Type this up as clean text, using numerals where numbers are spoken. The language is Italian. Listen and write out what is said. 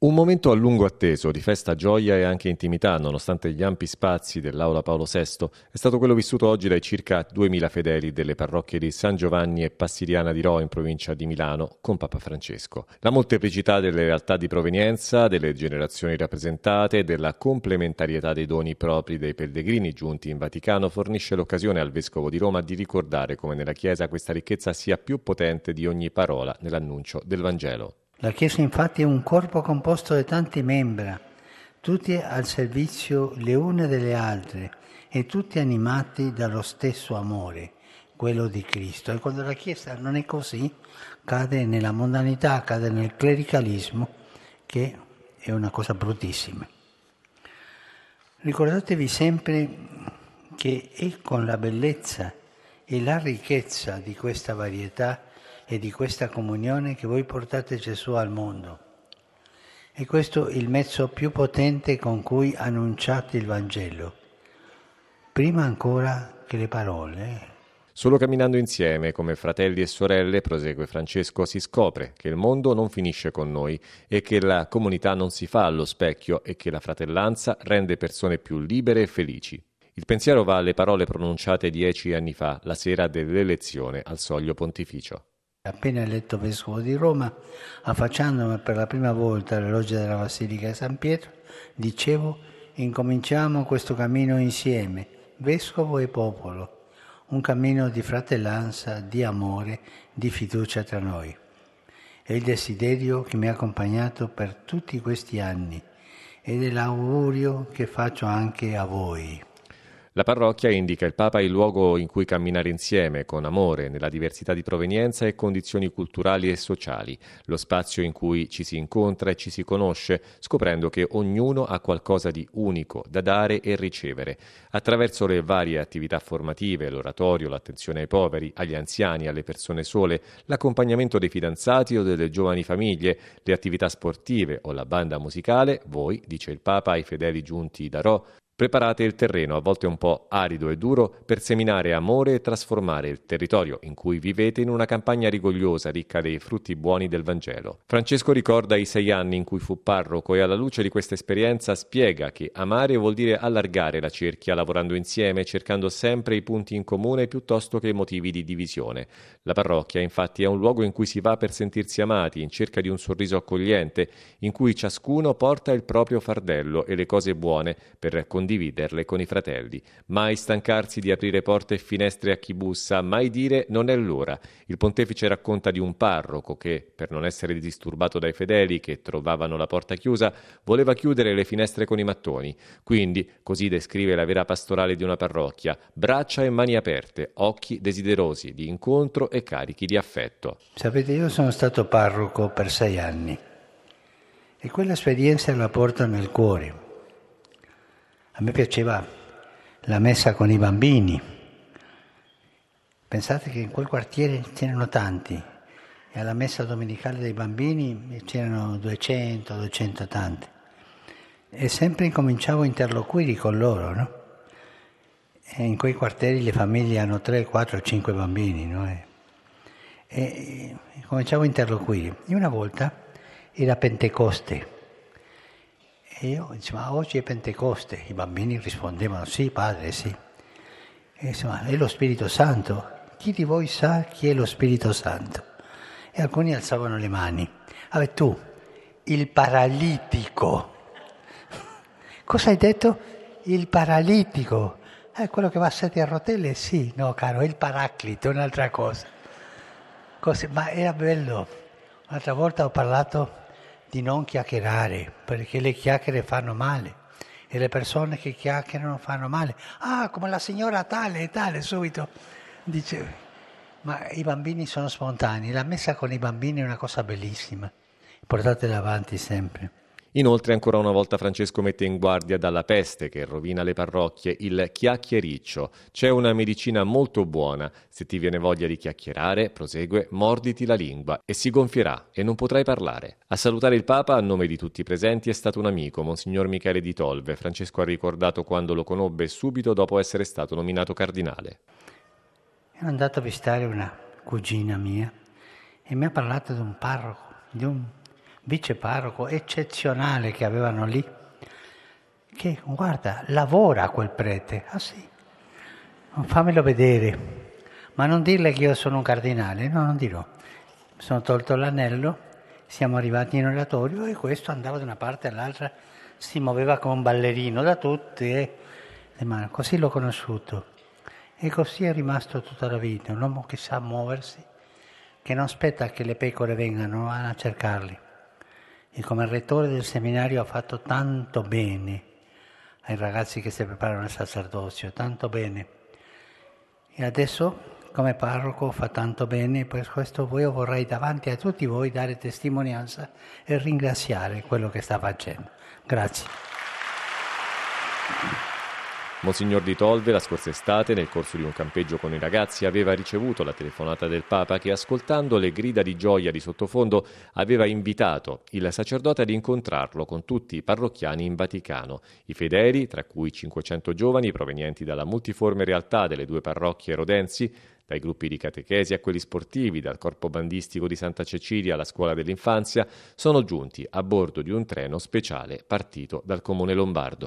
Un momento a lungo atteso, di festa, gioia e anche intimità, nonostante gli ampi spazi dell'Aula Paolo VI, è stato quello vissuto oggi dai circa 2000 fedeli delle parrocchie di San Giovanni e Passiriana di Rho in provincia di Milano con Papa Francesco. La molteplicità delle realtà di provenienza, delle generazioni rappresentate e della complementarietà dei doni propri dei pellegrini giunti in Vaticano fornisce l'occasione al Vescovo di Roma di ricordare come nella Chiesa questa ricchezza sia più potente di ogni parola nell'annuncio del Vangelo. La Chiesa infatti è un corpo composto da tante membra, tutte al servizio le une delle altre e tutti animati dallo stesso amore, quello di Cristo. E quando la Chiesa non è così, cade nella mondanità, cade nel clericalismo, che è una cosa bruttissima. Ricordatevi sempre che è con la bellezza e la ricchezza di questa varietà e di questa comunione che voi portate Gesù al mondo. E questo è il mezzo più potente con cui annunciate il Vangelo, prima ancora che le parole. Solo camminando insieme come fratelli e sorelle, prosegue Francesco, si scopre che il mondo non finisce con noi e che la comunità non si fa allo specchio e che la fratellanza rende persone più libere e felici. Il pensiero va alle parole pronunciate 10 anni fa, la sera dell'elezione al Soglio Pontificio. Appena eletto Vescovo di Roma, affacciandomi per la prima volta alle logge della Basilica di San Pietro, dicevo: incominciamo questo cammino insieme, Vescovo e popolo, un cammino di fratellanza, di amore, di fiducia tra noi. È il desiderio che mi ha accompagnato per tutti questi anni ed è l'augurio che faccio anche a voi. La parrocchia indica il Papa il luogo in cui camminare insieme, con amore, nella diversità di provenienza e condizioni culturali e sociali, lo spazio in cui ci si incontra e ci si conosce, scoprendo che ognuno ha qualcosa di unico da dare e ricevere. Attraverso le varie attività formative, l'oratorio, l'attenzione ai poveri, agli anziani, alle persone sole, l'accompagnamento dei fidanzati o delle giovani famiglie, le attività sportive o la banda musicale, voi, dice il Papa ai fedeli giunti da Rho, preparate il terreno, a volte un po' arido e duro, per seminare amore e trasformare il territorio in cui vivete in una campagna rigogliosa, ricca dei frutti buoni del Vangelo. Francesco ricorda i 6 anni in cui fu parroco e alla luce di questa esperienza spiega che amare vuol dire allargare la cerchia lavorando insieme, cercando sempre i punti in comune piuttosto che motivi di divisione. La parrocchia, infatti, è un luogo in cui si va per sentirsi amati, in cerca di un sorriso accogliente, in cui ciascuno porta il proprio fardello e le cose buone per condividerle con i fratelli. Mai stancarsi di aprire porte e finestre a chi bussa, mai dire non è l'ora. Il pontefice racconta di un parroco che, per non essere disturbato dai fedeli che trovavano la porta chiusa, voleva chiudere le finestre con i mattoni. Quindi, così descrive la vera pastorale di una parrocchia: braccia e mani aperte, occhi desiderosi di incontro e carichi di affetto. Sapete, io sono stato parroco per 6 anni e quell'esperienza la porto nel cuore. A me piaceva la messa con i bambini. Pensate che in quel quartiere c'erano tanti e alla messa domenicale dei bambini c'erano 200, 200 tanti. E sempre incominciavo a interloquire con loro, no? E in quei quartieri le famiglie hanno 3, 4, 5 bambini, no? E cominciavo a interloquire. E una volta era Pentecoste. E io dicevo: ma oggi è Pentecoste. I bambini rispondevano: sì, padre, sì. E insomma, è lo Spirito Santo. Chi di voi sa chi è lo Spirito Santo? E alcuni alzavano le mani. Tu, il paralitico. Cosa hai detto? Il paralitico. Quello che va a 7 a rotelle? Sì. No, caro, è il paraclito, è un'altra cosa. Ma era bello. Un'altra volta ho parlato di non chiacchierare, perché le chiacchiere fanno male e le persone che chiacchierano fanno male. Come la signora tale e tale, subito dice. Ma i bambini sono spontanei, la messa con i bambini è una cosa bellissima, portatela avanti sempre. Inoltre, ancora una volta, Francesco mette in guardia dalla peste che rovina le parrocchie, il chiacchiericcio. C'è una medicina molto buona. Se ti viene voglia di chiacchierare, prosegue, morditi la lingua e si gonfierà e non potrai parlare. A salutare il Papa, a nome di tutti i presenti, è stato un amico, Monsignor Michele di Tolve. Francesco ha ricordato quando lo conobbe subito dopo essere stato nominato cardinale. Ero andato a visitare una cugina mia e mi ha parlato di un parroco, di un viceparroco eccezionale che avevano lì, che guarda, lavora quel prete. Ah sì, fammelo vedere. Ma non dirle che io sono un cardinale, no, non dirò. Mi sono tolto l'anello, siamo arrivati in oratorio e questo andava da una parte all'altra, si muoveva come un ballerino da tutte le mani. Così l'ho conosciuto e così è rimasto tutta la vita, un uomo che sa muoversi, che non aspetta che le pecore vengano a cercarli. E come rettore del seminario ha fatto tanto bene ai ragazzi che si preparano al sacerdozio, tanto bene. E adesso come parroco fa tanto bene, per questo io vorrei davanti a tutti voi dare testimonianza e ringraziare quello che sta facendo. Grazie. Monsignor Di Tolve la scorsa estate, nel corso di un campeggio con i ragazzi, aveva ricevuto la telefonata del Papa che, ascoltando le grida di gioia di sottofondo, aveva invitato il sacerdote ad incontrarlo con tutti i parrocchiani in Vaticano. I fedeli, tra cui 500 giovani provenienti dalla multiforme realtà delle due parrocchie rodensi, dai gruppi di catechesi a quelli sportivi, dal corpo bandistico di Santa Cecilia alla scuola dell'infanzia, sono giunti a bordo di un treno speciale partito dal comune lombardo.